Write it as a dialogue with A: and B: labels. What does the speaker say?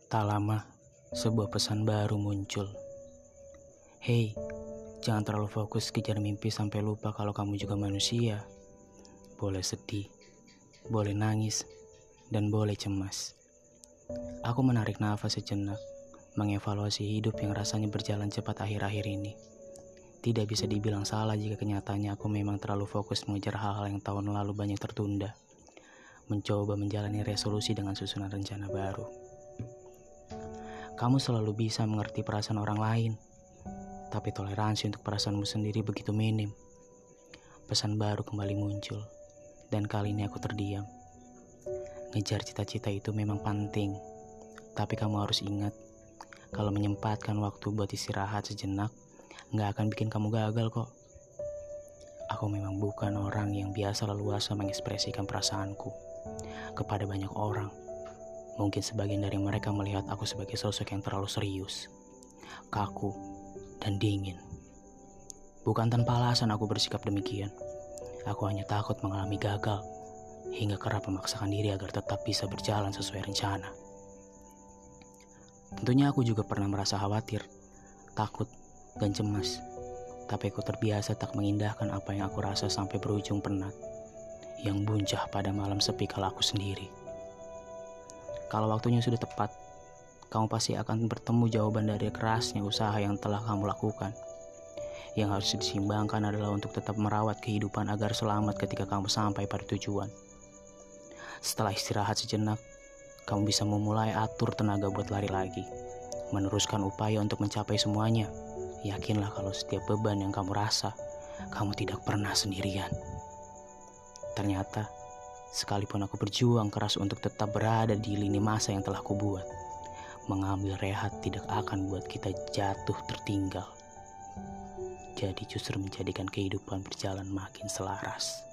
A: Tak lama, sebuah pesan baru muncul. Hei, jangan terlalu fokus kejar mimpi sampai lupa kalau kamu juga manusia. Boleh sedih, boleh nangis, dan boleh cemas. Aku menarik nafas sejenak, mengevaluasi hidup yang rasanya berjalan cepat akhir-akhir ini. Tidak bisa dibilang salah jika kenyataannya aku memang terlalu fokus mengejar hal-hal yang tahun lalu banyak tertunda. Mencoba menjalani resolusi dengan susunan rencana baru. Kamu selalu bisa mengerti perasaan orang lain, tapi toleransi untuk perasaanmu sendiri begitu minim. Pesan baru kembali muncul, dan kali ini aku terdiam. Ngejar cita-cita itu memang penting, tapi kamu harus ingat, kalau menyempatkan waktu buat istirahat sejenak, gak akan bikin kamu gagal kok. Aku memang bukan orang yang biasa leluasa mengekspresikan perasaanku kepada banyak orang. Mungkin sebagian dari mereka melihat aku sebagai sosok yang terlalu serius, kaku, dan dingin. Bukan tanpa alasan aku bersikap demikian. Aku hanya takut mengalami gagal, hingga kerap memaksakan diri agar tetap bisa berjalan sesuai rencana. Tentunya aku juga pernah merasa khawatir, takut, dan cemas. Tapi aku terbiasa tak mengindahkan apa yang aku rasa sampai berujung penat, yang buncah pada malam sepi kala aku sendiri. Kalau waktunya sudah tepat, kamu pasti akan bertemu jawaban dari kerasnya usaha yang telah kamu lakukan. Yang harus disimbangkan adalah untuk tetap merawat kehidupan agar selamat ketika kamu sampai pada tujuan. Setelah istirahat sejenak, kamu bisa memulai atur tenaga buat lari lagi, meneruskan upaya untuk mencapai semuanya. Yakinlah kalau setiap beban yang kamu rasa, kamu tidak pernah sendirian. Ternyata, sekalipun aku berjuang keras untuk tetap berada di lini masa yang telah kubuat, mengambil rehat tidak akan buat kita jatuh tertinggal. Jadi justru menjadikan kehidupan berjalan makin selaras.